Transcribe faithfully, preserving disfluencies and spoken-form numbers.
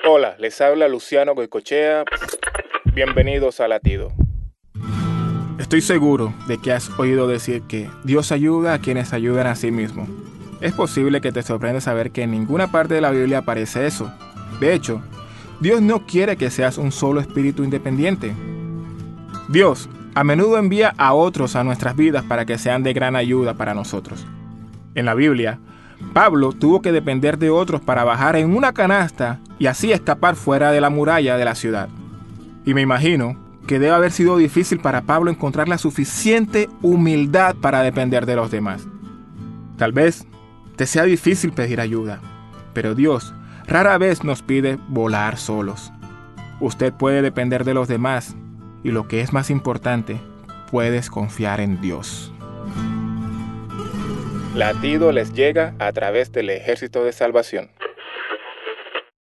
Hola, les habla Luciano Goicoechea. Bienvenidos a Latido. Estoy seguro de que has oído decir que Dios ayuda a quienes ayudan a sí mismo. Es posible que te sorprenda saber que en ninguna parte de la Biblia aparece eso. De hecho, Dios no quiere que seas un solo espíritu independiente. Dios a menudo envía a otros a nuestras vidas para que sean de gran ayuda para nosotros. En la Biblia, Pablo tuvo que depender de otros para bajar en una canasta y así escapar fuera de la muralla de la ciudad. Y me imagino que debe haber sido difícil para Pablo encontrar la suficiente humildad para depender de los demás. Tal vez te sea difícil pedir ayuda, pero Dios rara vez nos pide volar solos. Usted puede depender de los demás y, lo que es más importante, puedes confiar en Dios. Latido les llega a través del Ejército de Salvación.